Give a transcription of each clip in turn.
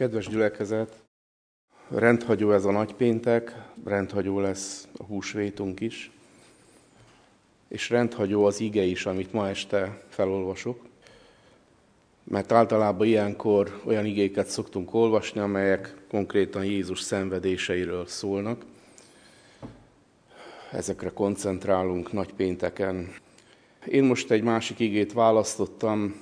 Kedves gyülekezet, rendhagyó ez a nagypéntek, rendhagyó lesz a húsvétunk is, és rendhagyó az ige is, amit ma este felolvasok, mert általában ilyenkor olyan igéket szoktunk olvasni, amelyek konkrétan Jézus szenvedéseiről szólnak. Ezekre koncentrálunk nagypénteken. Én most egy másik igét választottam,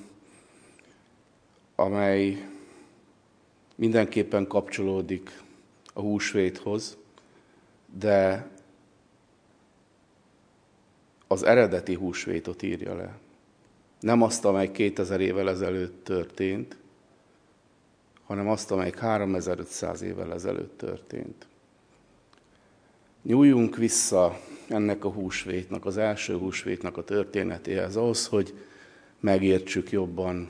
amely mindenképpen kapcsolódik a húsvéthoz, de az eredeti húsvétot írja le. Nem azt, amely 2000 évvel ezelőtt történt, hanem azt, amely 3500 évvel ezelőtt történt. Nyúljunk vissza ennek a húsvétnak, az első húsvétnak a történetéhez, ahhoz, hogy megértsük jobban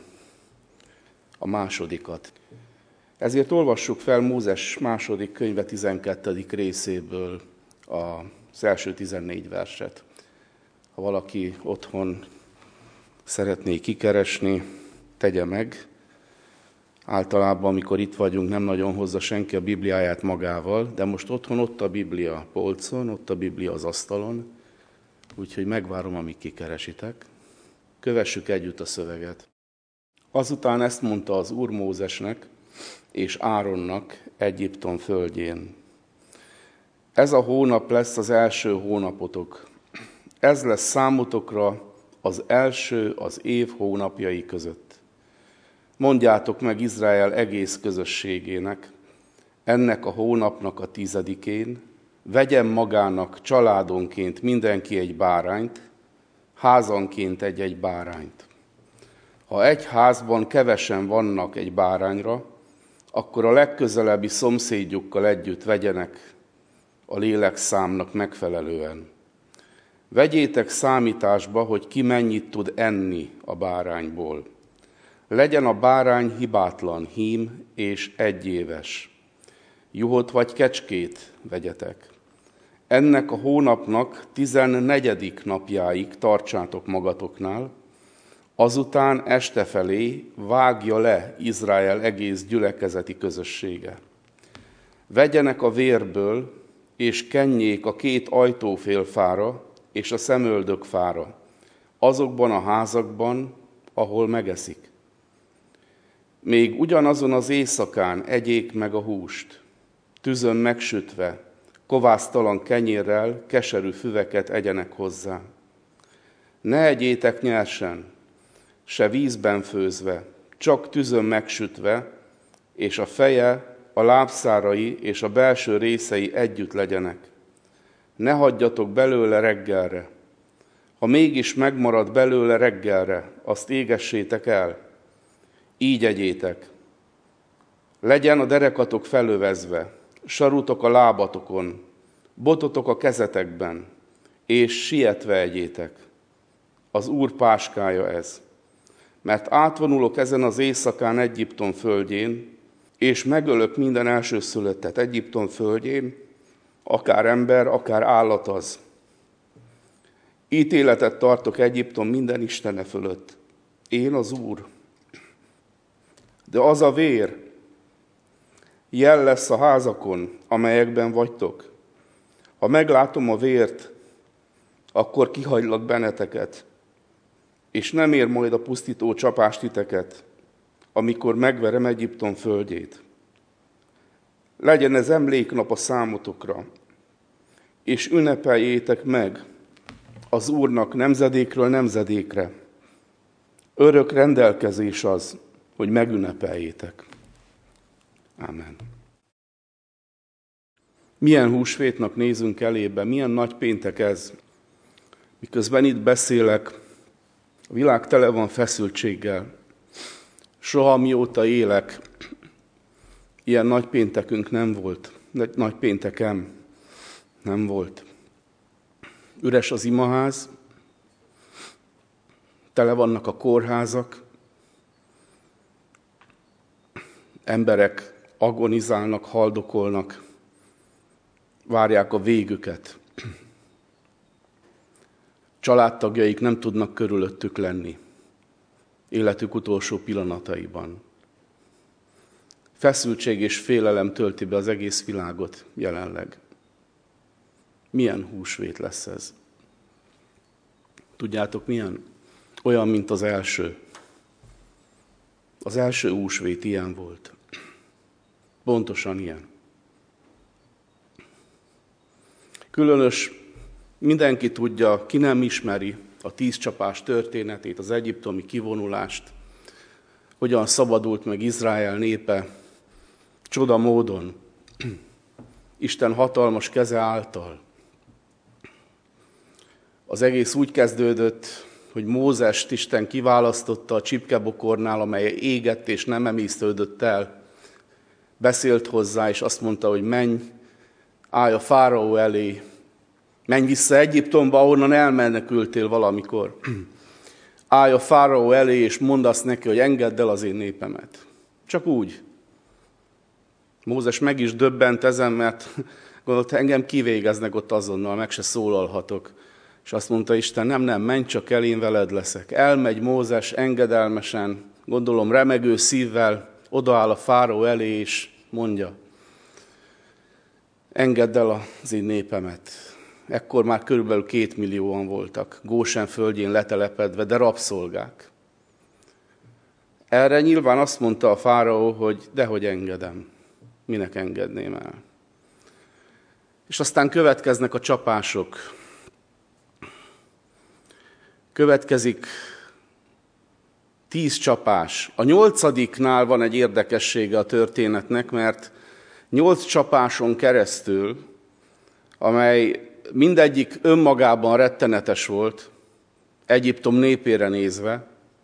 a másodikat. Ezért olvassuk fel Mózes második könyve 12. részéből az első 14 verset. Ha valaki otthon szeretné kikeresni, tegye meg. Általában, amikor itt vagyunk, nem nagyon hozza senki a Bibliáját magával, de most otthon ott a Biblia a polcon, ott a Biblia az asztalon, úgyhogy megvárom, amíg kikeresitek. Kövessük együtt a szöveget. Azután ezt mondta az Úr Mózesnek és Áronnak Egyiptom földjén. Ez a hónap lesz az első hónapotok. Ez lesz számotokra az első az év hónapjai között. Mondjátok meg Izrael egész közösségének, ennek a hónapnak a 10-én, vegyen magának családonként mindenki egy bárányt, házanként egy-egy bárányt. Ha egy házban kevesen vannak egy bárányra, akkor a legközelebbi szomszédjukkal együtt vegyenek a lélekszámnak megfelelően. Vegyétek számításba, hogy ki mennyit tud enni a bárányból. Legyen a bárány hibátlan, hím és 1 éves. Juhot vagy kecskét vegyetek. Ennek a hónapnak 14. napjáig tartsátok magatoknál, azután este felé vágja le Izrael egész gyülekezeti közössége. Vegyenek a vérből, és kenjék a 2 ajtófélfára és a szemöldökfára, azokban a házakban, ahol megeszik. Még ugyanazon az éjszakán egyék meg a húst, tüzön megsütve, kovásztalan kenyérrel keserű füveket egyenek hozzá. Ne egyétek nyersen, se vízben főzve, csak tüzön megsütve, és a feje, a lábszárai és a belső részei együtt legyenek. Ne hagyjatok belőle reggelre. Ha mégis megmarad belőle reggelre, azt égessétek el. Így egyétek. Legyen a derekatok felövezve, sarutok a lábatokon, bototok a kezetekben, és sietve egyétek. Az Úr páskája ez. Mert átvonulok ezen az éjszakán Egyiptom földjén, és megölök minden elsőszülöttet Egyiptom földjén, akár ember, akár állat az. Ítéletet tartok Egyiptom minden istene fölött. Én az Úr. De az a vér jel lesz a házakon, amelyekben vagytok. Ha meglátom a vért, akkor kihagylak benneteket, és nem ér majd a pusztító csapás titeket, amikor megverem Egyiptom földjét. Legyen ez emléknap a számotokra, és ünnepeljétek meg az Úrnak nemzedékről nemzedékre. Örök rendelkezés az, hogy megünnepeljétek. Ámen. Milyen húsvétnak nézünk elébe, milyen nagy péntek ez. Miközben itt beszélek, a világ tele van feszültséggel. Soha mióta élek, ilyen nagy péntekünk nem volt, nagy péntekem nem volt. Üres az imaház, tele vannak a kórházak, emberek agonizálnak, haldokolnak, várják a végüket. Családtagjaik nem tudnak körülöttük lenni életük utolsó pillanataiban. Feszültség és félelem tölti be az egész világot jelenleg. Milyen húsvét lesz ez? Tudjátok milyen? Olyan, mint az első. Az első húsvét ilyen volt. Pontosan ilyen. Különös, mindenki tudja, ki nem ismeri a 10 csapás történetét, az egyiptomi kivonulást, hogyan szabadult meg Izrael népe csoda módon, Isten hatalmas keze által. Az egész úgy kezdődött, hogy Mózest Isten kiválasztotta a csipkebokornál, amely égett és nem emésztődött el. Beszélt hozzá, és azt mondta, hogy menj, állj a fáraó elé, menj vissza Egyiptomba, ahonnan elmenekültél valamikor. Állj a fáraó elé, és mondd azt neki, hogy engedd el az én népemet. Csak úgy. Mózes meg is döbbent ezen, mert gondolta, engem kivégeznek ott azonnal, meg se szólalhatok. És azt mondta Isten, nem, menj csak el, én veled leszek. Elmegy Mózes engedelmesen, gondolom remegő szívvel, odaáll a fáraó elé, és mondja, engedd el az én népemet. Ekkor már körülbelül 2 millióan voltak, Gósen földjén letelepedve, de rabszolgák. Erre nyilván azt mondta a fáraó, hogy dehogy engedem, minek engedném el. És aztán következnek a csapások. Következik 10 csapás. A 8-nál van egy érdekessége a történetnek, mert 8 csapáson keresztül, amely mindegyik önmagában rettenetes volt, Egyiptom népére nézve,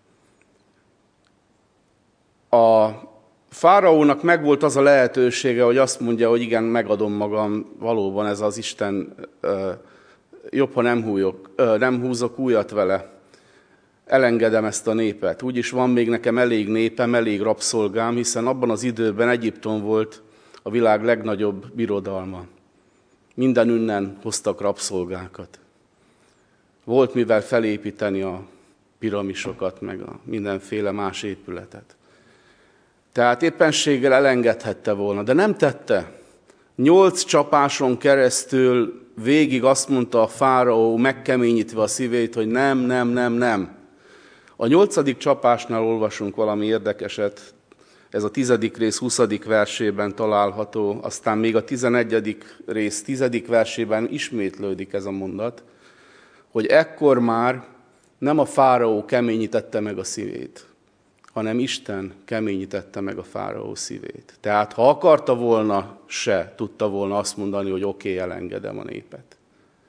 a fáraónak megvolt az a lehetősége, hogy azt mondja, hogy igen, megadom magam, valóban ez az Isten, jobb, ha nem húzok újat vele, elengedem ezt a népet. Úgyis van még nekem elég népem, elég rabszolgám, hiszen abban az időben Egyiptom volt a világ legnagyobb birodalma. Mindenünnen hoztak rabszolgákat. Volt mivel felépíteni a piramisokat, meg a mindenféle más épületet. Tehát éppenséggel elengedhette volna, de nem tette. 8 csapáson keresztül végig azt mondta a fáraó, megkeményítve a szívét, hogy nem. A 8. csapásnál olvasunk valami érdekeset, ez a 10. rész 20. versében található, aztán még a 11. rész 10. versében ismétlődik ez a mondat, hogy ekkor már nem a fáraó keményítette meg a szívét, hanem Isten keményítette meg a fáraó szívét. Tehát ha akarta volna, se tudta volna azt mondani, hogy oké, elengedem a népet.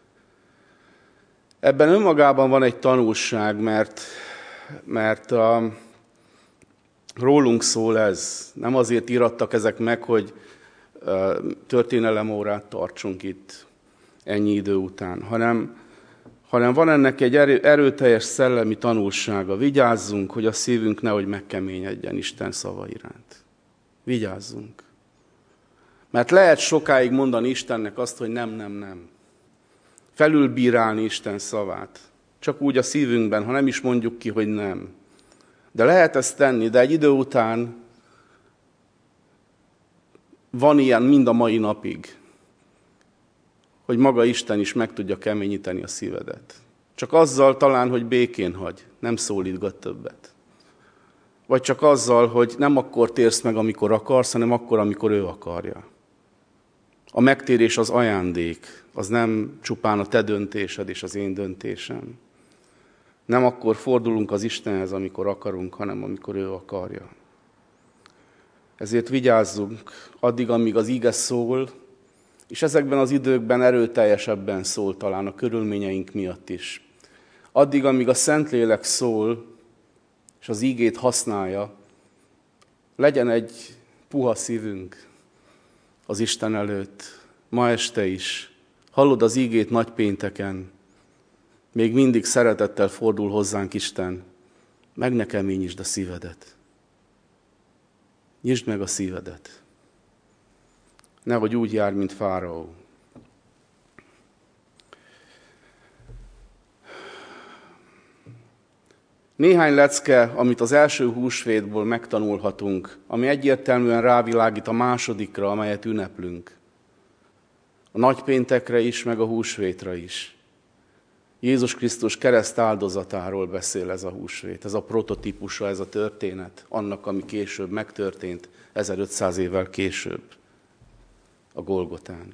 Ebben önmagában van egy tanulság, mert rólunk szól ez. Nem azért írattak ezek meg, hogy történelemórát tartsunk itt ennyi idő után, hanem van ennek egy erőteljes szellemi tanulsága. Vigyázzunk, hogy a szívünk nehogy megkeményedjen Isten szava iránt. Vigyázzunk. Mert lehet sokáig mondani Istennek azt, hogy nem. Felülbírálni Isten szavát. Csak úgy a szívünkben, ha nem is mondjuk ki, hogy nem. De lehet ezt tenni, de egy idő után van ilyen mind a mai napig, hogy maga Isten is meg tudja keményíteni a szívedet. Csak azzal talán, hogy békén hagy, nem szólítgat többet. Vagy csak azzal, hogy nem akkor térsz meg, amikor akarsz, hanem akkor, amikor ő akarja. A megtérés az ajándék, az nem csupán a te döntésed és az én döntésem. Nem akkor fordulunk az Istenhez, amikor akarunk, hanem amikor ő akarja. Ezért vigyázzunk addig, amíg az ige szól, és ezekben az időkben erőteljesebben szól talán a körülményeink miatt is. Addig, amíg a Szentlélek szól, és az ígét használja, legyen egy puha szívünk az Isten előtt, ma este is. Hallod az ígét nagypénteken, még mindig szeretettel fordul hozzánk Isten, meg ne keményítsd a szívedet. Nyisd meg a szívedet. Nehogy úgy jár, mint fáraó. Néhány lecke, amit az első húsvétból megtanulhatunk, ami egyértelműen rávilágít a másodikra, amelyet ünneplünk. A nagypéntekre is, meg a húsvétra is. Jézus Krisztus kereszt áldozatáról beszél ez a húsvét, ez a prototípusa, ez a történet, annak, ami később megtörtént, 1500 évvel később, a Golgotán.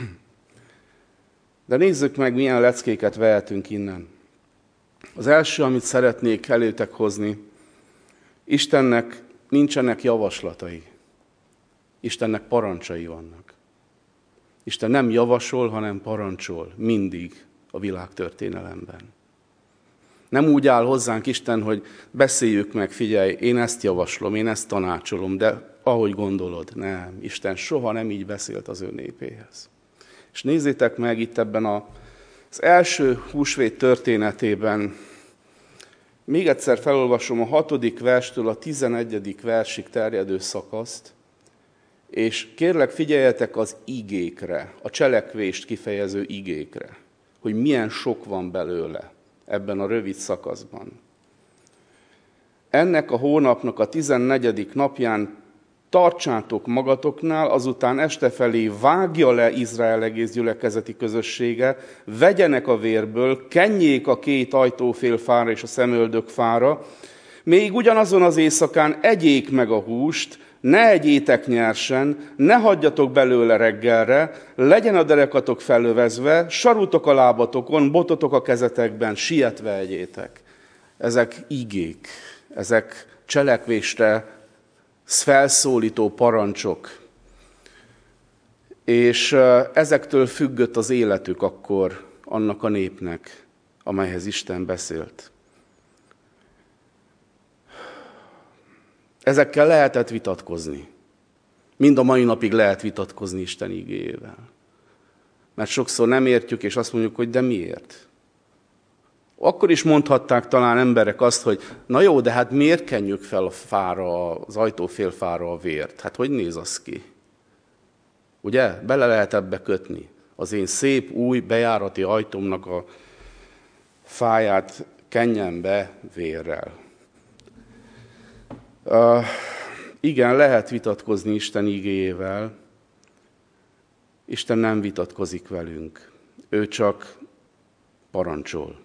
De nézzük meg, milyen leckéket vehetünk innen. Az első, amit szeretnék előtek hozni, Istennek nincsenek javaslatai. Istennek parancsai vannak. Isten nem javasol, hanem parancsol mindig a világtörténelemben. Nem úgy áll hozzánk Isten, hogy beszéljük meg, figyelj, én ezt javaslom, én ezt tanácsolom, de ahogy gondolod, nem. Isten soha nem így beszélt az ő népéhez. És nézzétek meg itt ebben az első húsvét történetében, még egyszer felolvasom a 6. verstől a 11. versig terjedő szakaszt, és kérlek figyeljetek az igékre, a cselekvést kifejező igékre, hogy milyen sok van belőle ebben a rövid szakaszban. Ennek a hónapnak a 14. napján tartsátok magatoknál, azután este felé vágja le Izrael egész gyülekezeti közössége, vegyenek a vérből, kenjék a 2 ajtófélfára és a szemöldökfára, még ugyanazon az éjszakán egyék meg a húst, ne egyétek nyersen, ne hagyjatok belőle reggelre, legyen a derekatok felövezve, sarutok a lábatokon, bototok a kezetekben, sietve egyétek. Ezek igék, ezek cselekvésre felszólító parancsok. És ezektől függött az életük akkor annak a népnek, amelyhez Isten beszélt. Ezekkel lehetett vitatkozni. Mind a mai napig lehet vitatkozni Isten igéjével. Mert sokszor nem értjük, és azt mondjuk, hogy de miért? Akkor is mondhatták talán emberek azt, hogy na jó, de hát miért kenjük fel a fára, az ajtófélfára a vért? Hát hogy néz az ki? Ugye? Bele lehet ebbe kötni. Az én szép, új, bejárati ajtómnak a fáját kenjem be vérrel. Igen, lehet vitatkozni Isten igéjével. Isten nem vitatkozik velünk. Ő csak parancsol.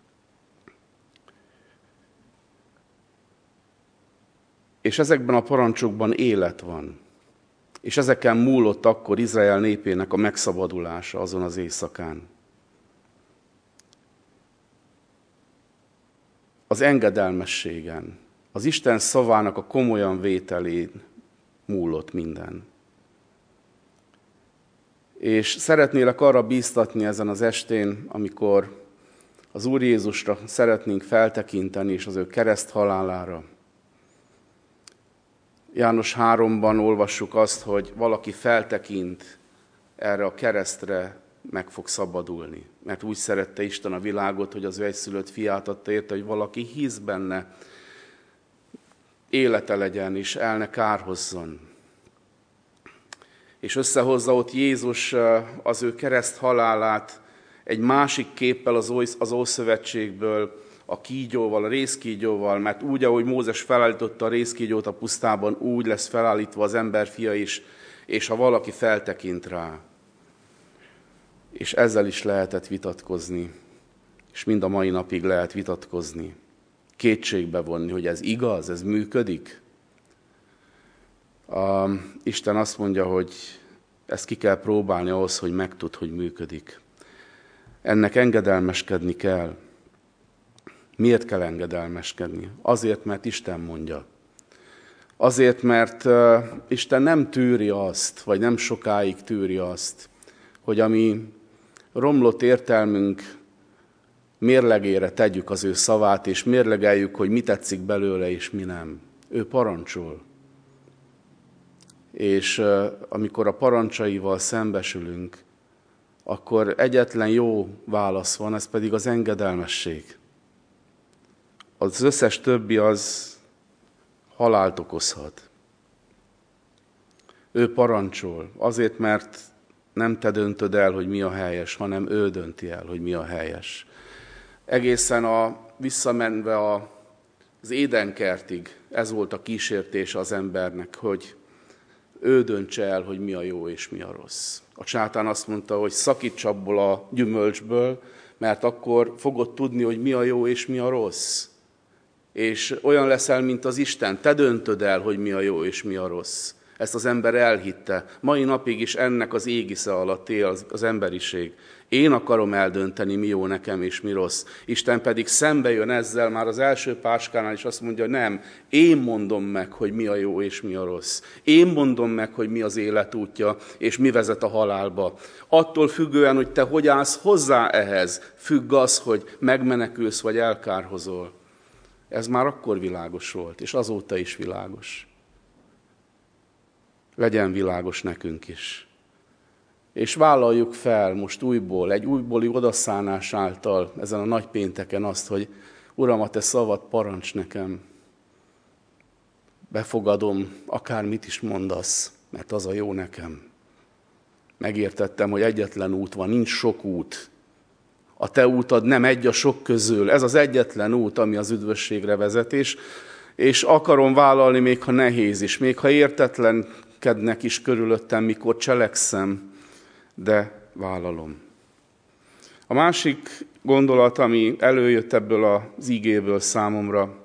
És ezekben a parancsokban élet van. És ezeken múlott akkor Izrael népének a megszabadulása azon az éjszakán. Az engedelmességen, az Isten szavának a komolyan vételén múlott minden. És szeretnélek arra bíztatni ezen az estén, amikor az Úr Jézusra szeretnénk feltekinteni, és az ő kereszt halálára. János 3-ban olvassuk azt, hogy valaki feltekint erre a keresztre, meg fog szabadulni. Mert úgy szerette Isten a világot, hogy az ő egyszülött fiát adta érte, hogy valaki hisz benne, élete legyen, és el ne kárhozzon. És összehozza ott Jézus az ő kereszt halálát egy másik képpel az Ószövetségből, a kígyóval, a rézkígyóval, mert úgy, ahogy Mózes felállította a rézkígyót a pusztában, úgy lesz felállítva az emberfia is, és ha valaki feltekint rá. És ezzel is lehetett vitatkozni, és mind a mai napig lehet vitatkozni. Kétségbe vonni, hogy ez igaz, ez működik. Isten azt mondja, hogy ezt ki kell próbálni ahhoz, hogy megtudd, hogy működik. Ennek engedelmeskedni kell. Miért kell engedelmeskedni? Azért, mert Isten mondja. Azért, mert Isten nem tűri azt, vagy nem sokáig tűri azt, hogy a mi romlott értelmünk mérlegére tegyük az ő szavát, és mérlegeljük, hogy mi tetszik belőle, és mi nem. Ő parancsol. És amikor a parancsaival szembesülünk, akkor egyetlen jó válasz van, ez pedig az engedelmesség. Az összes többi az halált okozhat. Ő parancsol, azért, mert nem te döntöd el, hogy mi a helyes, hanem ő dönti el, hogy mi a helyes. Egészen visszamenve az édenkertig ez volt a kísértése az embernek, hogy ő döntse el, hogy mi a jó és mi a rossz. A sátán azt mondta, hogy szakíts abból a gyümölcsből, mert akkor fogod tudni, hogy mi a jó és mi a rossz. És olyan leszel, mint az Isten, te döntöd el, hogy mi a jó és mi a rossz. Ezt az ember elhitte. Mai napig is ennek az égisze alatt él az emberiség. Én akarom eldönteni, mi jó nekem és mi rossz. Isten pedig szembe jön ezzel már az első páskánál, és azt mondja, nem, én mondom meg, hogy mi a jó és mi a rossz. Én mondom meg, hogy mi az élet útja, és mi vezet a halálba. Attól függően, hogy te hogy állsz hozzá ehhez, függ az, hogy megmenekülsz vagy elkárhozol. Ez már akkor világos volt, és azóta is világos. Legyen világos nekünk is. És vállaljuk fel most újból, egy újbóli odaszánás által ezen a nagypénteken azt, hogy Uram, a te szavad parancs nekem. Befogadom, akármit is mondasz, mert az a jó nekem. Megértettem, hogy egyetlen út van, nincs sok út. A te útad nem egy a sok közül. Ez az egyetlen út, ami az üdvösségre vezet, és akarom vállalni, még ha nehéz is, még ha értetlenkednek is körülöttem, mikor cselekszem, de vállalom. A másik gondolat, ami előjött ebből az igéből számomra,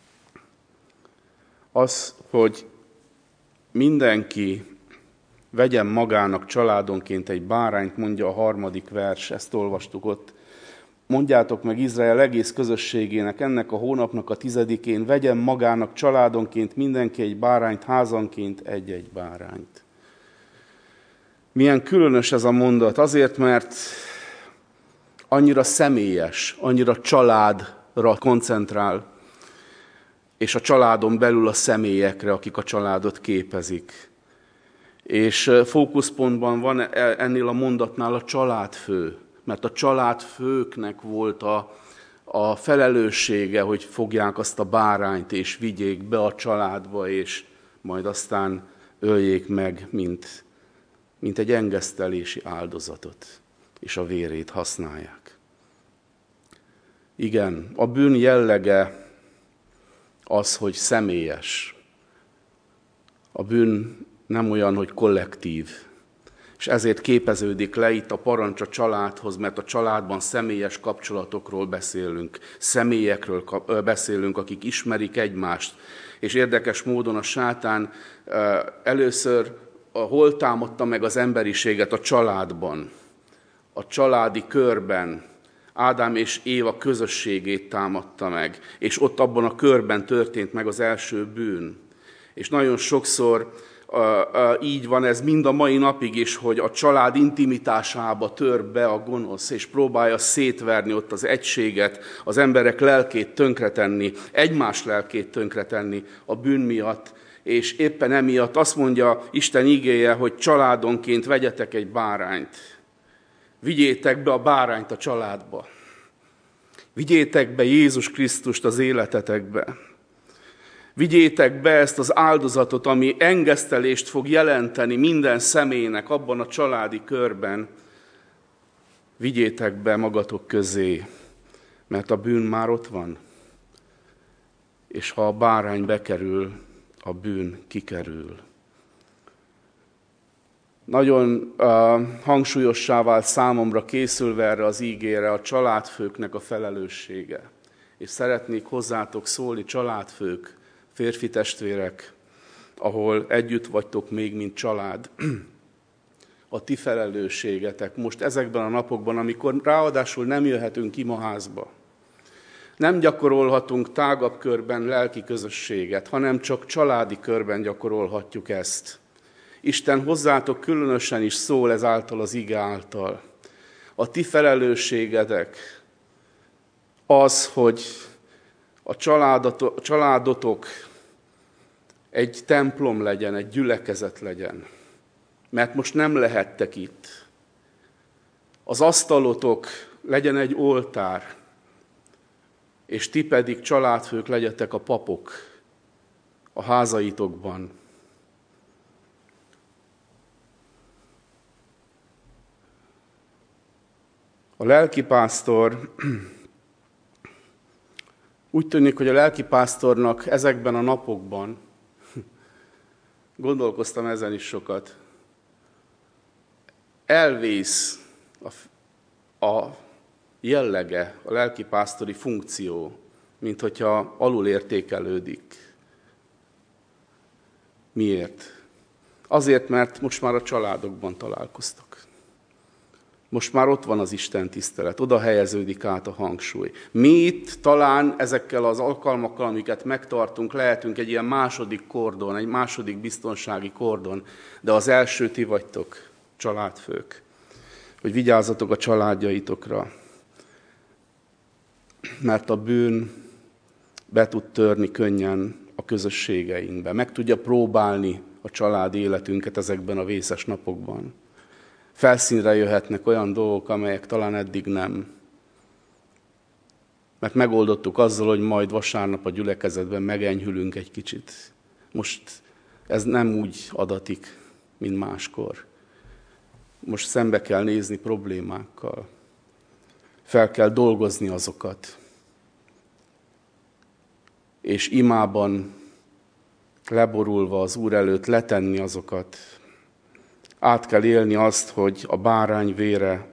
az, hogy mindenki vegyen magának családonként egy bárányt, mondja a 3. vers, ezt olvastuk ott. Mondjátok meg Izrael egész közösségének, ennek a hónapnak a 10-én vegyen magának családonként mindenki egy bárányt, házanként egy-egy bárányt. Milyen különös ez a mondat, azért, mert annyira személyes, annyira családra koncentrál, és a családon belül a személyekre, akik a családot képezik. És fókuszpontban van ennél a mondatnál a családfő, mert a családfőknek volt a felelőssége, hogy fogják azt a bárányt, és vigyék be a családba, és majd aztán öljék meg, mint egy engesztelési áldozatot, és a vérét használják. Igen, a bűn jellege az, hogy személyes. A bűn nem olyan, hogy kollektív. És ezért képeződik le itt a parancs a családhoz, mert a családban személyes kapcsolatokról beszélünk, személyekről beszélünk, akik ismerik egymást. És érdekes módon a sátán először hol támadta meg az emberiséget? A családban, a családi körben. Ádám és Éva közösségét támadta meg, és ott abban a körben történt meg az első bűn. És nagyon sokszor így van ez mind a mai napig is, hogy a család intimitásába tör be a gonosz, és próbálja szétverni ott az egységet, az emberek lelkét tönkretenni, egymás lelkét tönkretenni a bűn miatt, és éppen emiatt azt mondja Isten igéje, hogy családonként vegyetek egy bárányt. Vigyétek be a bárányt a családba. Vigyétek be Jézus Krisztust az életetekbe. Vigyétek be ezt az áldozatot, ami engesztelést fog jelenteni minden személynek abban a családi körben. Vigyétek be magatok közé, mert a bűn már ott van. És ha a bárány bekerül, a bűn kikerül. Nagyon hangsúlyossá vált számomra készülve erre az ígére a családfőknek a felelőssége. És szeretnék hozzátok szólni, családfők, férfi testvérek, ahol együtt vagytok még, mint család. A ti felelősségetek most ezekben a napokban, amikor ráadásul nem jöhetünk imaházba. Nem gyakorolhatunk tágabb körben lelki közösséget, hanem csak családi körben gyakorolhatjuk ezt. Isten hozzátok különösen is szól ezáltal az ige által. A ti felelősségetek az, hogy a családotok egy templom legyen, egy gyülekezet legyen. Mert most nem lehettek itt. Az asztalotok legyen egy oltár, és ti pedig családfők legyetek a papok a házaitokban. A lelkipásztor Úgy tűnik, hogy a lelkipásztornak ezekben a napokban, gondolkoztam ezen is sokat, elvész a jellege, a lelkipásztori funkció, mint hogyha alulértékelődik. Miért? Azért, mert most már a családokban találkoztak. Most már ott van az Isten tisztelet, oda helyeződik át a hangsúly. Mi itt talán ezekkel az alkalmakkal, amiket megtartunk, lehetünk egy ilyen második kordon, egy második biztonsági kordon, de az első ti vagytok, családfők, hogy vigyázzatok a családjaitokra. Mert a bűn be tud törni könnyen a közösségeinkbe, meg tudja próbálni a család életünket ezekben a vészes napokban. Felszínre jöhetnek olyan dolgok, amelyek talán eddig nem. Mert megoldottuk azzal, hogy majd vasárnap a gyülekezetben megenyhülünk egy kicsit. Most ez nem úgy adatik, mint máskor. Most szembe kell nézni problémákkal. Fel kell dolgozni azokat. És imában leborulva az Úr előtt letenni azokat. Át kell élni azt, hogy a bárány vére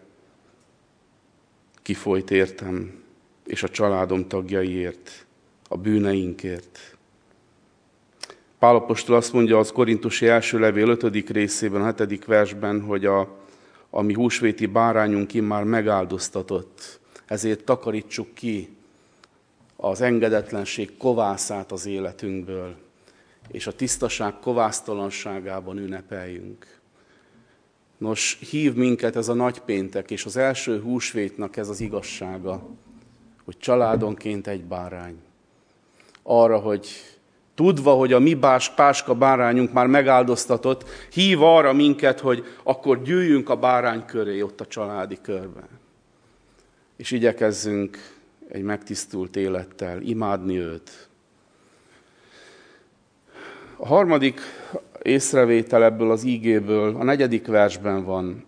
kifolyt értem, és a családom tagjaiért, a bűneinkért. Pál apostol azt mondja az Korintusi első levél 5. részében, a 7. versben, hogy a mi húsvéti bárányunk immár megáldoztatott, ezért takarítsuk ki az engedetlenség kovászát az életünkből, és a tisztaság kovásztalanságában ünnepeljünk. Nos, hív minket ez a nagypéntek, és az első húsvétnak ez az igazsága, hogy családonként egy bárány. Arra, hogy tudva, hogy a mi páska bárányunk már megáldoztatott, hív arra minket, hogy akkor gyűjjünk a bárány köré, ott a családi körben. És igyekezzünk egy megtisztult élettel imádni őt. A harmadik észrevétel ebből az ígéből a 4. versben van.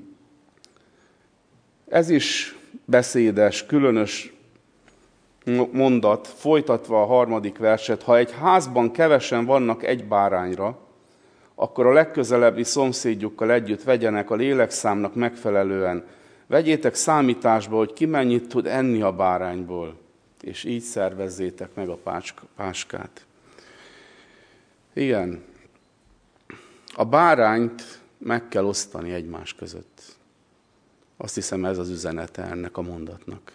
Ez is beszédes, különös mondat, folytatva a 3. verset. Ha egy házban kevesen vannak egy bárányra, akkor a legközelebbi szomszédjukkal együtt vegyenek a lélekszámnak megfelelően. Vegyétek számításba, hogy ki mennyit tud enni a bárányból, és így szervezzétek meg a páskát. Igen, a bárányt meg kell osztani egymás között. Azt hiszem, ez az üzenete ennek a mondatnak.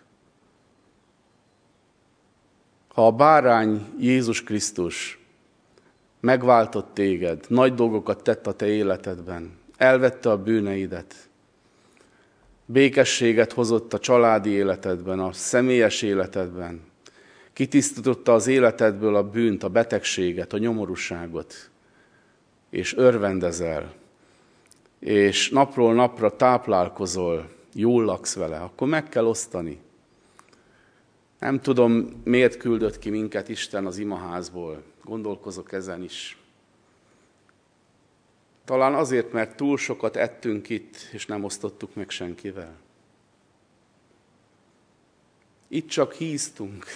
Ha a bárány Jézus Krisztus megváltott téged, nagy dolgokat tett a te életedben, elvette a bűneidet, békességet hozott a családi életedben, a személyes életedben, kitisztította az életedből a bűnt, a betegséget, a nyomorúságot, és örvendezel, és napról napra táplálkozol, jól laksz vele, akkor meg kell osztani. Nem tudom, miért küldött ki minket Isten az imaházból. Gondolkozok ezen is. Talán azért, mert túl sokat ettünk itt, és nem osztottuk meg senkivel. Itt csak híztunk.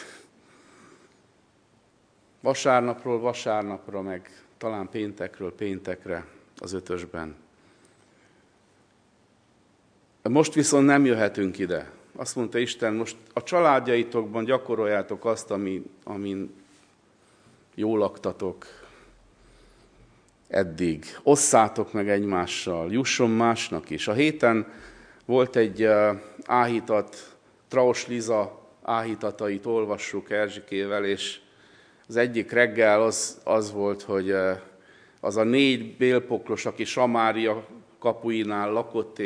Vasárnapról vasárnapra, meg talán péntekről péntekre az 5-ösben. Most viszont nem jöhetünk ide. Azt mondta Isten, most a családjaitokban gyakoroljátok azt, amin jól laktatok eddig. Osszátok meg egymással, jusson másnak is. A héten volt egy áhítat, Traos Liza áhítatait olvassuk Erzsikével, és az egyik reggel az volt, hogy az a 4 bélpoklos, aki Samária kapuinál lakott,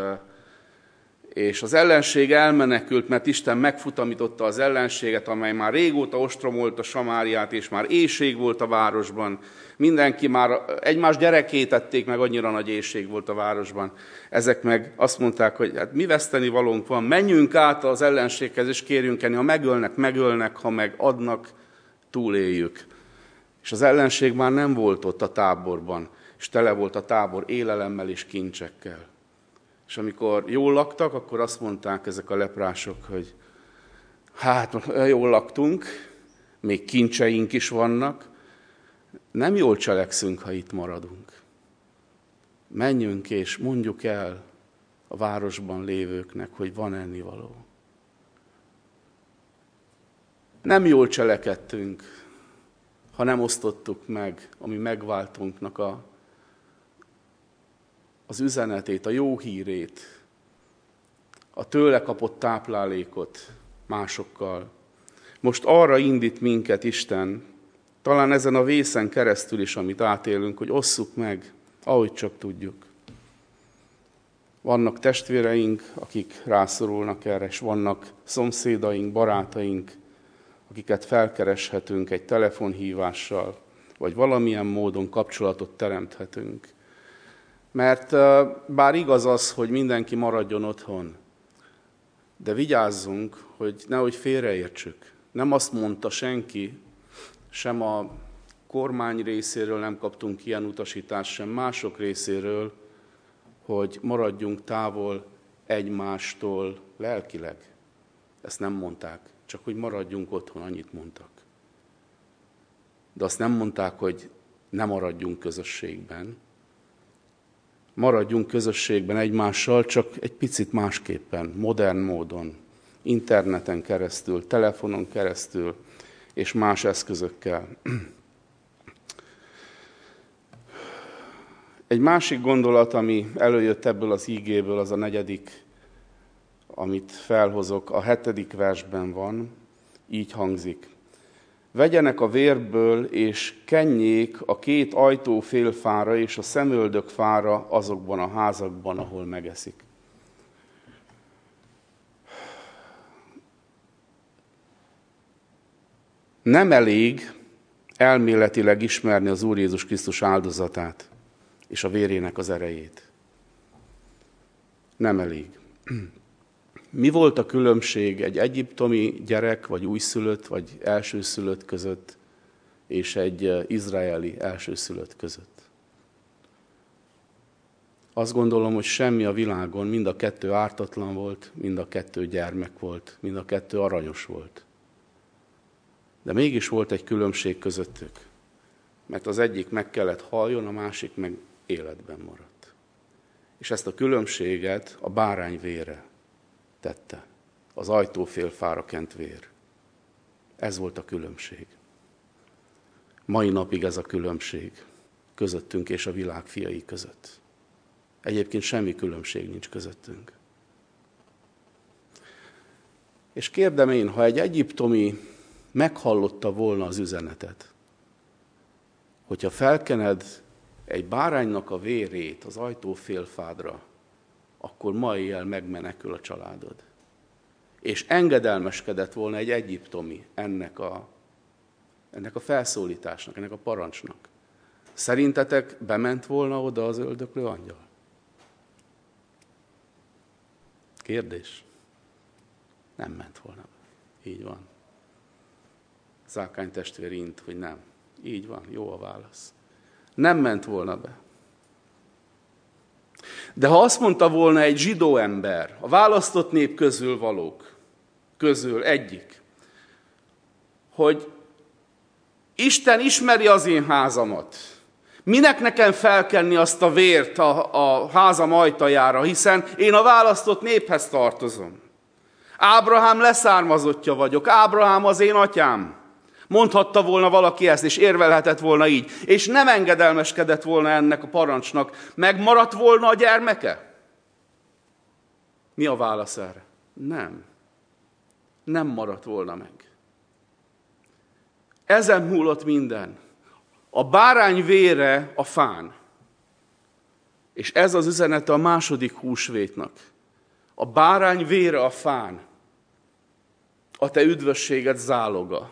és az ellenség elmenekült, mert Isten megfutamította az ellenséget, amely már régóta ostromolta Samáriát, és már éhség volt a városban. Mindenki már egymás gyerekét ették meg, annyira nagy éhség volt a városban. Ezek meg azt mondták, hogy hát mi veszteni valónk van, menjünk át az ellenséghez, és kérjünk enni, ha megölnek, ha meg adnak, túléljük. És az ellenség már nem volt ott a táborban, és tele volt a tábor élelemmel és kincsekkel. És amikor jól laktak, akkor azt mondták ezek a leprások, hogy hát jól laktunk, még kincseink is vannak, nem jól cselekszünk, ha itt maradunk. Menjünk és mondjuk el a városban lévőknek, hogy van ennivaló. Nem jól cselekedtünk, ha nem osztottuk meg a mi megváltónknak az üzenetét, a jó hírét, a tőle kapott táplálékot másokkal. Most arra indít minket Isten, talán ezen a vészen keresztül is, amit átélünk, hogy osszuk meg, ahogy csak tudjuk. Vannak testvéreink, akik rászorulnak erre, és vannak szomszédaink, barátaink, akiket felkereshetünk egy telefonhívással, vagy valamilyen módon kapcsolatot teremthetünk. Mert bár igaz az, hogy mindenki maradjon otthon, de vigyázzunk, hogy nehogy félreértsük. Nem azt mondta senki, sem a kormány részéről nem kaptunk ilyen utasítást, sem mások részéről, hogy maradjunk távol egymástól lelkileg. Ezt nem mondták, csak hogy maradjunk otthon, annyit mondtak. De azt nem mondták, hogy ne maradjunk közösségben. Maradjunk közösségben egymással, csak egy picit másképpen, modern módon, interneten keresztül, telefonon keresztül és más eszközökkel. Egy másik gondolat, ami előjött ebből az ígéből, az a 4., amit felhozok, a 7. versben van, így hangzik. Vegyenek a vérből, és kenjék a 2 ajtófélfára és a szemöldökfára azokban a házakban, ahol megeszik. Nem elég elméletileg ismerni az Úr Jézus Krisztus áldozatát és a vérének az erejét. Nem elég. Mi volt a különbség egy egyiptomi gyerek, vagy újszülött, vagy elsőszülött között, és egy izraeli elsőszülött között? Azt gondolom, hogy semmi a világon, mind a 2 ártatlan volt, mind a 2 gyermek volt, mind a 2 aranyos volt. De mégis volt egy különbség közöttük, mert az egyik meg kellett haljon, a másik meg életben maradt. És ezt a különbséget a bárány vére tette, az ajtófélfára kent vér. Ez volt a különbség. Mai napig ez a különbség közöttünk és a világ fiai között. Egyébként semmi különbség nincs közöttünk. És kérdem én, ha egy egyiptomi meghallotta volna az üzenetet, hogyha felkened egy báránynak a vérét az ajtófélfádra, akkor ma éjjel megmenekül a családod. És engedelmeskedett volna egy egyiptomi ennek a felszólításnak, ennek a parancsnak. Szerintetek bement volna oda az öldöklő angyal? Kérdés? Nem ment volna be. Így van. Zákány testvér int, hogy nem. Így van, jó a válasz. Nem ment volna be. De ha azt mondta volna egy zsidó ember, a választott nép közül valók, közül egyik, hogy Isten ismeri az én házamat, minek nekem felkenni azt a vért a házam ajtajára, hiszen én a választott néphez tartozom. Ábrahám leszármazottja vagyok, Ábrahám az én atyám. Mondhatta volna valaki ezt, és érvelhetett volna így, és nem engedelmeskedett volna ennek a parancsnak, megmaradt volna a gyermeke? Mi a válasz erre? Nem. Nem maradt volna meg. Ezen múlott minden. A bárány vére a fán. És ez az üzenete a második húsvétnak. A bárány vére a fán. A te üdvösséged záloga.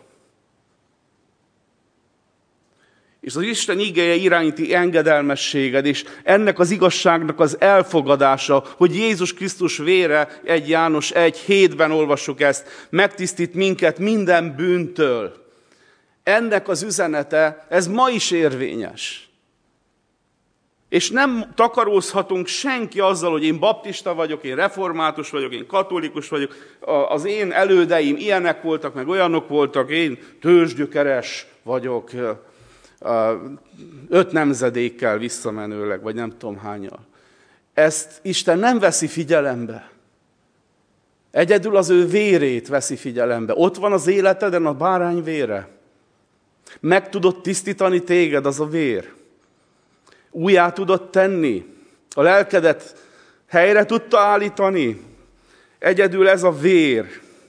És az Isten igéje iránti engedelmességed, és ennek az igazságnak az elfogadása, hogy Jézus Krisztus vére, 1 János 1:7-ben olvassuk ezt, megtisztít minket minden bűntől. Ennek az üzenete, ez ma is érvényes. És nem takarózhatunk senki azzal, hogy én baptista vagyok, én református vagyok, én katolikus vagyok, az én elődeim ilyenek voltak, meg olyanok voltak, én tőzsgyökeres vagyok, 5 nemzedékkel visszamenőleg, vagy nem tudom hányal. Ezt Isten nem veszi figyelembe. Egyedül az ő vérét veszi figyelembe. Ott van az életeden a bárány vére. Meg tudott tisztítani téged az a vér. Újjá tudott tenni. A lelkedet helyre tudta állítani. Egyedül ez a vér,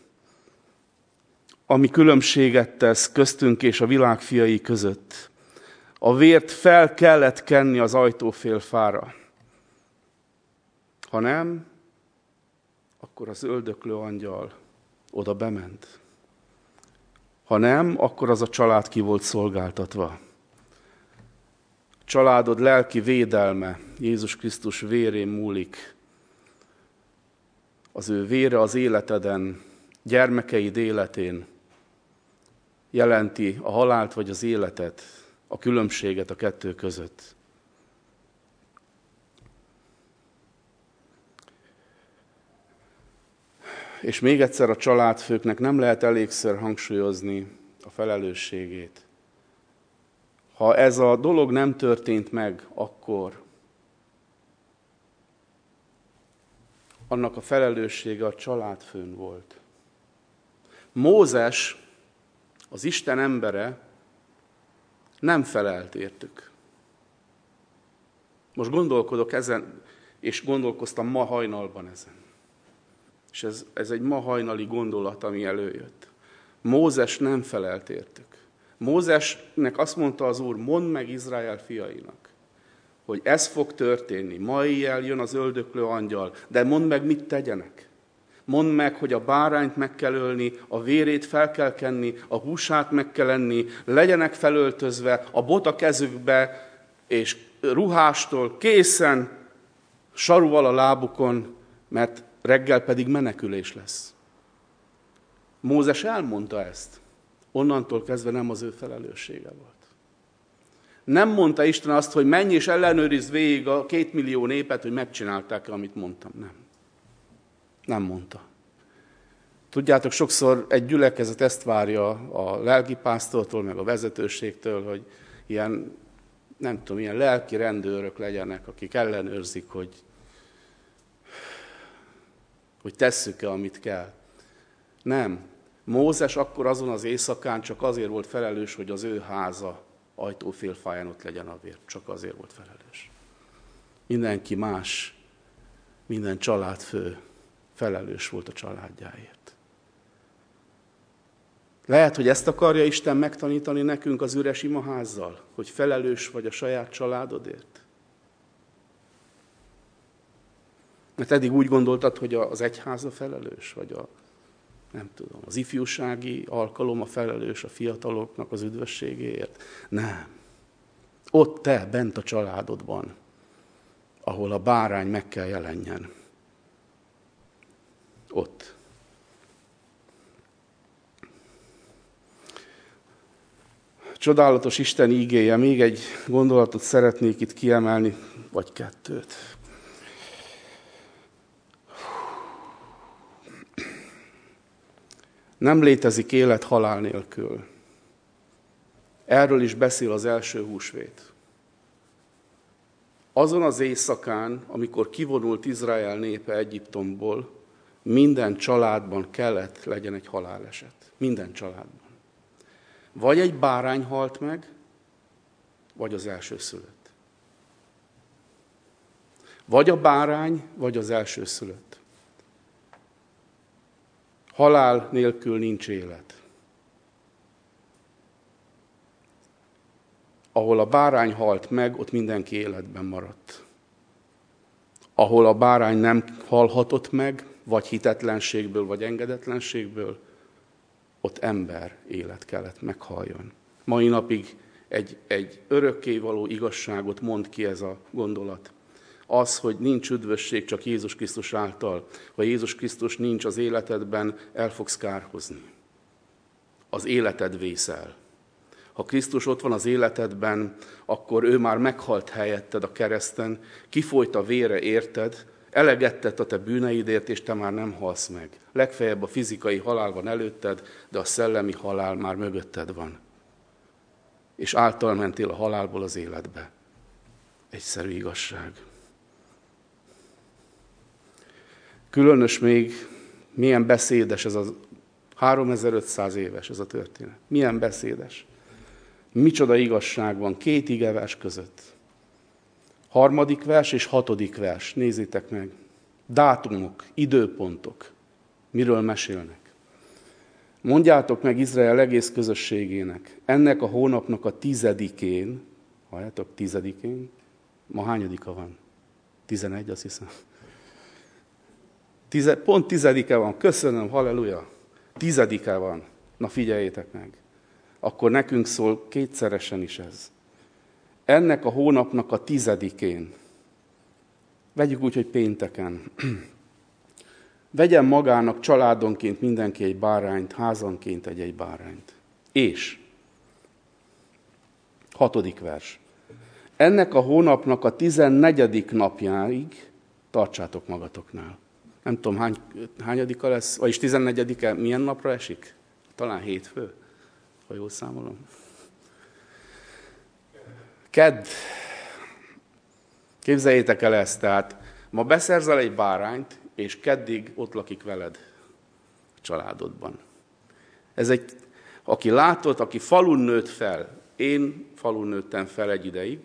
ami különbséget tesz köztünk és a világ fiai között. A vért fel kellett kenni az ajtófélfára. Ha nem, akkor az öldöklő angyal oda bement. Ha nem, akkor az a család ki volt szolgáltatva. Családod lelki védelme Jézus Krisztus vérén múlik. Az ő vére az életeden, gyermekeid életén jelenti a halált vagy az életet, a különbséget a kettő között. És még egyszer a családfőknek nem lehet elégszer hangsúlyozni a felelősségét. Ha ez a dolog nem történt meg, akkor annak a felelőssége a családfőn volt. Mózes, az Isten embere, nem felelt értük. Most gondolkodok ezen, és gondolkoztam ma hajnalban ezen. És ez egy ma hajnali gondolat, ami előjött. Mózes nem felelt értük. Mózesnek azt mondta az Úr, mondd meg Izrael fiainak, hogy ez fog történni. Ma éjjel jön az öldöklő angyal, de mondd meg, mit tegyenek. Mondd meg, hogy a bárányt meg kell ölni, a vérét fel kell kenni, a húsát meg kell enni, legyenek felöltözve, a bot a kezükbe, és ruhástól készen, saruval a lábukon, mert reggel pedig menekülés lesz. Mózes elmondta ezt. Onnantól kezdve nem az ő felelőssége volt. Nem mondta Isten azt, hogy menj és ellenőrizd végig a 2 millió népet, hogy megcsinálták-e, amit mondtam. Nem. Nem mondta. Tudjátok, sokszor egy gyülekezet ezt várja a lelkipásztortól, meg a vezetőségtől, hogy ilyen, nem tudom, ilyen lelki rendőrök legyenek, akik ellenőrzik, hogy tesszük-e, amit kell. Nem. Mózes akkor azon az éjszakán csak azért volt felelős, hogy az ő háza ajtófélfáján ott legyen a vér. Csak azért volt felelős. Mindenki más, minden családfő felelős volt a családjáért. Lehet, hogy ezt akarja Isten megtanítani nekünk az üres imaházzal, hogy felelős vagy a saját családodért. Mert eddig úgy gondoltad, hogy az egyház a felelős, vagy nem tudom, az ifjúsági alkalom a felelős a fiataloknak az üdvösségéért. Nem. Ott te, bent a családodban, ahol a bárány meg kell jelenjen. Ott. Csodálatos Isten ígéje, még egy gondolatot szeretnék itt kiemelni, vagy 2. Nem létezik élet halál nélkül. Erről is beszél az első húsvét. Azon az éjszakán, amikor kivonult Izrael népe Egyiptomból, minden családban kellett legyen egy haláleset. Minden családban. Vagy egy bárány halt meg, vagy az elsőszülött. Vagy a bárány, vagy az elsőszülött. Halál nélkül nincs élet. Ahol a bárány halt meg, ott mindenki életben maradt. Ahol a bárány nem halhatott meg, vagy hitetlenségből, vagy engedetlenségből, ott ember élet kellett meghaljon. Mai napig egy örökkévaló igazságot mond ki ez a gondolat. Az, hogy nincs üdvösség csak Jézus Krisztus által. Ha Jézus Krisztus nincs az életedben, el fogsz kárhozni. Az életed vészel. Ha Krisztus ott van az életedben, akkor ő már meghalt helyetted a kereszten, kifolyt a vére érted, eleget tett a te bűneidért, és te már nem halsz meg. Legfeljebb a fizikai halál van előtted, de a szellemi halál már mögötted van. És által mentél a halálból az életbe. Egyszerű igazság. Különös még, milyen beszédes ez a 3500 éves ez a történet. Milyen beszédes. Micsoda igazság van 2 igevers között. 3. vers és 6. vers. Nézzétek meg. Dátumok, időpontok. Miről mesélnek? Mondjátok meg Izrael egész közösségének. Ennek a hónapnak a 10-én, halljátok, 10-én, ma hányadika van? 11, azt hiszem. Pont 10-e van, köszönöm, halleluja. 10-e van. Na figyeljétek meg. Akkor nekünk szól kétszeresen is ez. Ennek a hónapnak a 10-én. Vegyük úgy, hogy pénteken. Vegyen magának családonként mindenki egy bárányt, házanként egy bárányt. És 6. vers. Ennek a hónapnak a 14. napjáig tartsátok magatoknál. Nem tudom, hányadika lesz, vagyis 14-e milyen napra esik? Talán hétfő, ha jól számolom. Kedd. Képzeljétek el ezt, tehát ma beszerzel egy bárányt, és keddig ott lakik veled a családodban. Ez aki látott, aki falun nőtt fel, én falun nőttem fel egy ideig,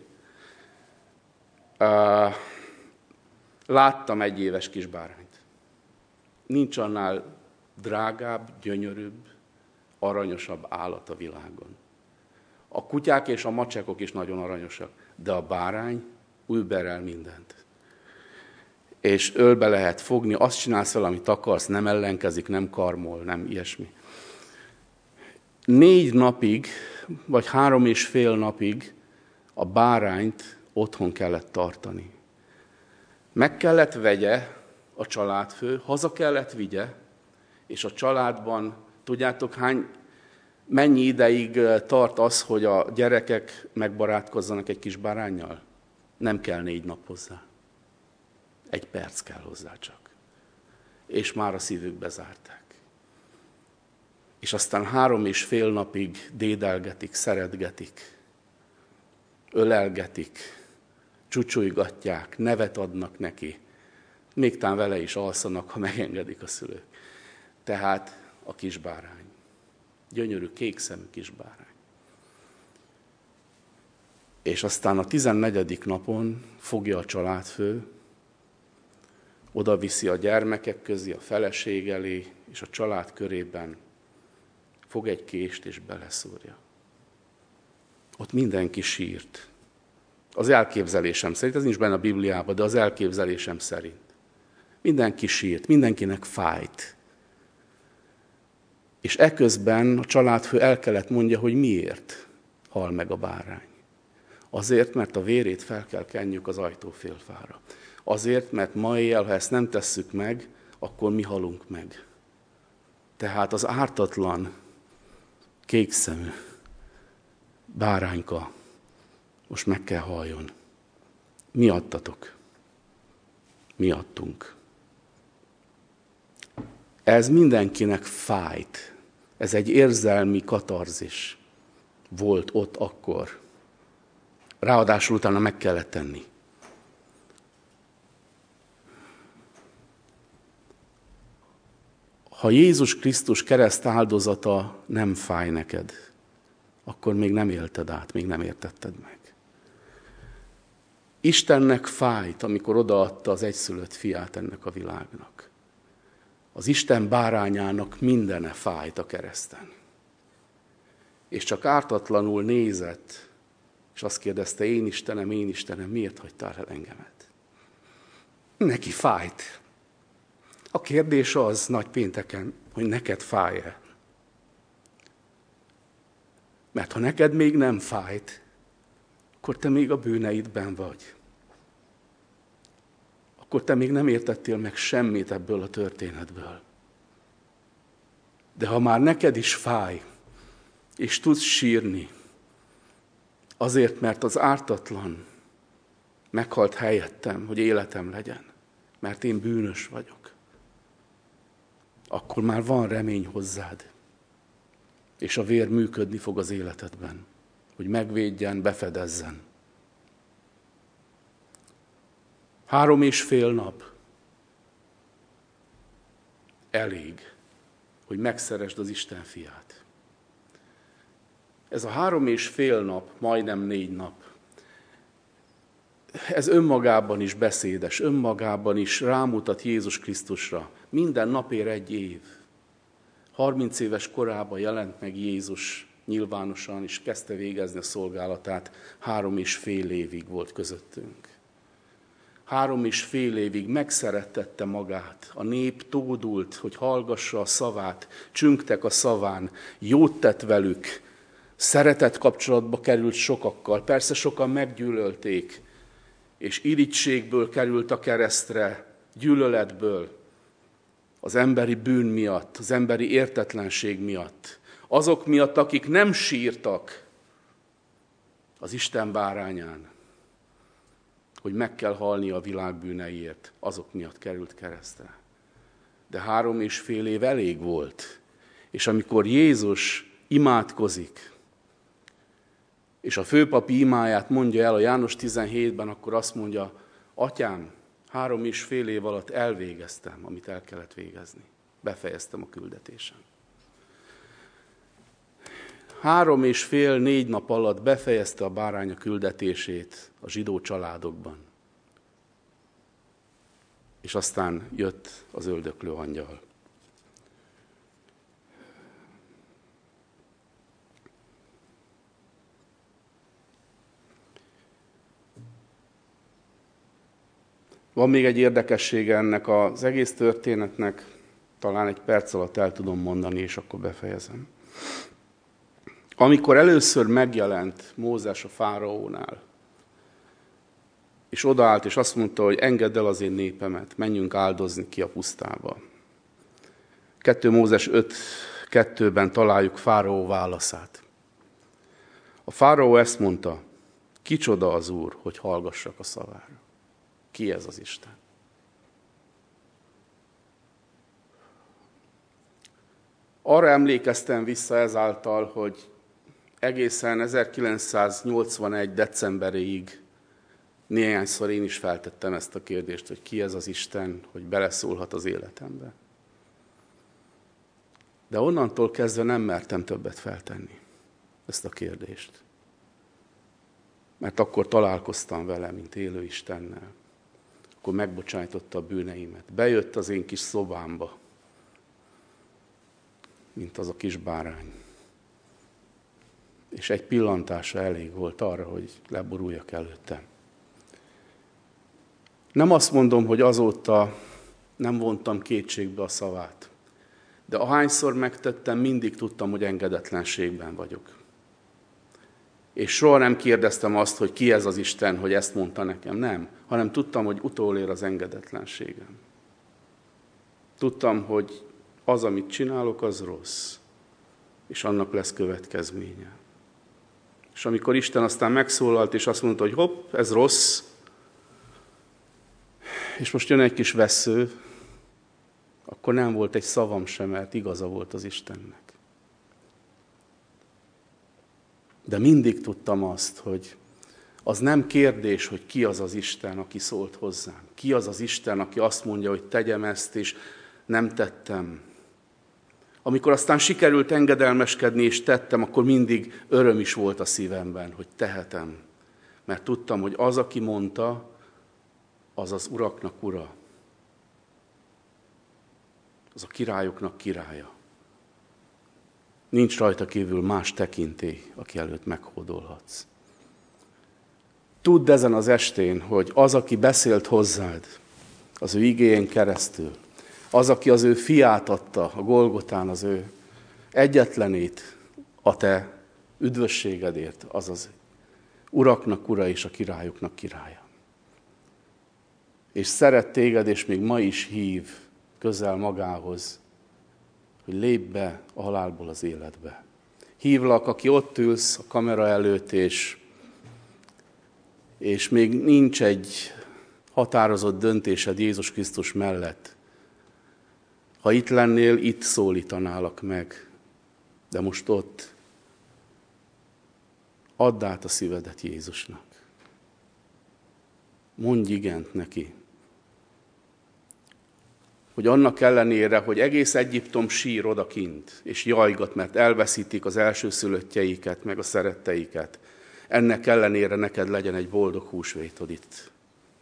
láttam 1 éves kis bárányt. Nincs annál drágább, gyönyörűbb, aranyosabb állat a világon. A kutyák és a macsekok is nagyon aranyosak, de a bárány überel mindent. És ölbe lehet fogni, azt csinálsz vele, amit akarsz, nem ellenkezik, nem karmol, nem ilyesmi. 4 napig, vagy 3,5 napig a bárányt otthon kellett tartani. Meg kellett vegye a családfő, haza kellett vigye, és a családban, tudjátok, mennyi ideig tart az, hogy a gyerekek megbarátkozzanak egy kis báránnyal? Nem kell 4 nap hozzá. 1 perc kell hozzá csak. És már a szívükbe zárták. És aztán 3,5 napig dédelgetik, szeretgetik, ölelgetik, csúcsulygatják, nevet adnak neki. Még tán vele is alszanak, ha megengedik a szülők. Tehát a kis bárány. Gyönyörű, kékszemű kis bárány. És aztán a 14. napon fogja a családfő, oda viszi a gyermekek közé, a feleség elé, és a család körében fog egy kést és beleszúrja. Ott mindenki sírt. Az elképzelésem szerint, ez nincs benne a Bibliában, de az elképzelésem szerint. Mindenki sírt, mindenkinek fájt. És eközben a családfő el kellett mondja, hogy miért hal meg a bárány. Azért, mert a vérét fel kell kenjük az ajtófélfára. Azért, mert ma éjjel, ha ezt nem tesszük meg, akkor mi halunk meg. Tehát az ártatlan, kékszemű bárányka most meg kell haljon. Miattatok. Miattunk. Ez mindenkinek fájt. Ez egy érzelmi katarzis volt ott akkor. Ráadásul utána meg kellett tenni. Ha Jézus Krisztus kereszt áldozata nem fáj neked, akkor még nem élted át, még nem értetted meg. Istennek fájt, amikor odaadta az egyszülött fiát ennek a világnak. Az Isten bárányának mindene fájt a kereszten. És csak ártatlanul nézett, és azt kérdezte, én Istenem, miért hagytál el engemet? Neki fájt. A kérdés az nagy pénteken, hogy neked fáj-e? Mert ha neked még nem fájt, akkor te még a bűneidben vagy. Akkor te még nem értettél meg semmit ebből a történetből. De ha már neked is fáj, és tudsz sírni, Azért, mert az ártatlan meghalt helyettem, hogy életem legyen, mert én bűnös vagyok. Akkor már van remény hozzád, és a vér működni fog az életedben, hogy megvédjen, befedezzen. 3,5 nap elég, hogy megszeresd az Isten fiát. Ez a 3,5 nap, majdnem 4 nap, ez önmagában is beszédes, önmagában is rámutat Jézus Krisztusra. Minden napért 1 év. 30 éves korában jelent meg Jézus nyilvánosan, és kezdte végezni a szolgálatát. 3,5 évig volt közöttünk. 3,5 évig megszerettette magát. A nép tódult, hogy hallgassa a szavát, csüngtek a szaván, jót tett velük, szeretett kapcsolatba került sokakkal. Persze sokan meggyűlölték, és irigységből került a keresztre, gyűlöletből, az emberi bűn miatt, az emberi értetlenség miatt. Azok miatt, akik nem sírtak az Isten bárányán, hogy meg kell halni a világ bűneiért, azok miatt került keresztre. De 3,5 év elég volt. És amikor Jézus imádkozik, és a főpapi imáját mondja el a János 17-ben, akkor azt mondja, Atyám, 3,5 év alatt elvégeztem, amit el kellett végezni. Befejeztem a küldetésem. 3,5-4 nap alatt befejezte a bárány a küldetését a zsidó családokban. És aztán jött az öldöklő angyal. Van még egy érdekessége ennek az egész történetnek, talán 1 perc alatt el tudom mondani, és akkor befejezem. Amikor először megjelent Mózes a fáraónál, és odaállt, és azt mondta, hogy engedd el az én népemet, menjünk áldozni ki a pusztába. 2 Mózes 5:2-ben találjuk fáraó válaszát. A fáraó ezt mondta, kicsoda az Úr, hogy hallgassak a szavára. Ki ez az Isten? Arra emlékeztem vissza ezáltal, hogy egészen 1981. decemberéig néhányszor én is feltettem ezt a kérdést, hogy ki ez az Isten, hogy beleszólhat az életembe. De onnantól kezdve nem mertem többet feltenni ezt a kérdést. Mert akkor találkoztam vele, mint élő Istennel. Akkor megbocsájtotta a bűneimet. Bejött az én kis szobámba, mint az a kis bárány. És egy pillantása elég volt arra, hogy leboruljak előtte. Nem azt mondom, hogy azóta nem vontam kétségbe a szavát, de ahányszor megtettem, mindig tudtam, hogy engedetlenségben vagyok. És soha nem kérdeztem azt, hogy ki ez az Isten, hogy ezt mondta nekem. Nem, hanem tudtam, hogy utolér az engedetlenségem. Tudtam, hogy az, amit csinálok, az rossz, és annak lesz következménye. És amikor Isten aztán megszólalt, és azt mondta, hogy hopp, ez rossz, és most jön egy kis vessző, akkor nem volt egy szavam sem, mert igaza volt az Istennek. De mindig tudtam azt, hogy az nem kérdés, hogy ki az az Isten, aki szólt hozzám. Ki az az Isten, aki azt mondja, hogy tegyem ezt, és nem tettem. Amikor aztán sikerült engedelmeskedni, és tettem, akkor mindig öröm is volt a szívemben, hogy tehetem. Mert tudtam, hogy az, aki mondta, az az uraknak ura. Az a királyoknak királya. Nincs rajta kívül más tekintély, aki előtt meghódolhatsz. Tudd ezen az estén, hogy az, aki beszélt hozzád, az ő igéjén keresztül, az, aki az ő fiát adta a Golgotán, az ő egyetlenét a te üdvösségedért, az az uraknak ura és a királyoknak királya. És szeret téged, és még ma is hív közel magához, hogy lépj be a halálból az életbe. Hívlak, aki ott ülsz a kamera előtt, és és még nincs egy határozott döntésed Jézus Krisztus mellett. Ha itt lennél, itt szólítanálak meg, de most ott add át a szívedet Jézusnak. Mondj igent neki. Hogy annak ellenére, hogy egész Egyiptom sír odakint, és jajgat, mert elveszítik az elsőszülöttjeiket, meg a szeretteiket, ennek ellenére neked legyen egy boldog húsvétod itt.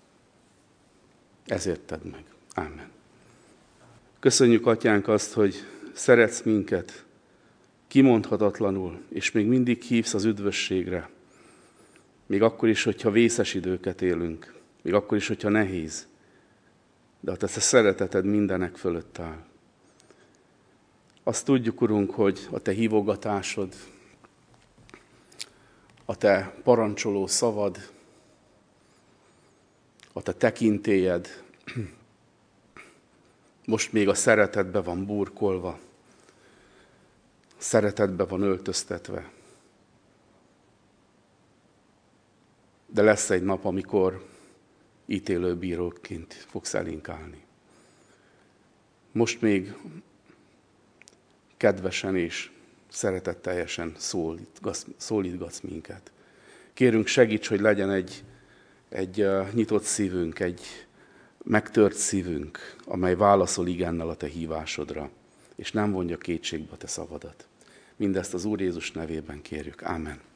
Ezért tedd meg. Ámen. Köszönjük, Atyánk, azt, hogy szeretsz minket kimondhatatlanul, és még mindig hívsz az üdvösségre. Még akkor is, hogyha vészes időket élünk. Még akkor is, hogyha nehéz. De a te szereteted mindenek fölött áll. Azt tudjuk, Urunk, hogy a te hívogatásod, a te parancsoló szavad, a te tekintélyed most még a szeretetbe van burkolva, szeretetbe van öltöztetve. De lesz egy nap, amikor ítélőbíróként fogsz elénk állni. Most még kedvesen és szeretetteljesen szólítgatsz minket. Kérünk, segíts, hogy legyen egy nyitott szívünk, egy megtört szívünk, amely válaszol igennel a te hívásodra, és nem vonja kétségbe a te szavadat. Mindezt az Úr Jézus nevében kérjük. Ámen.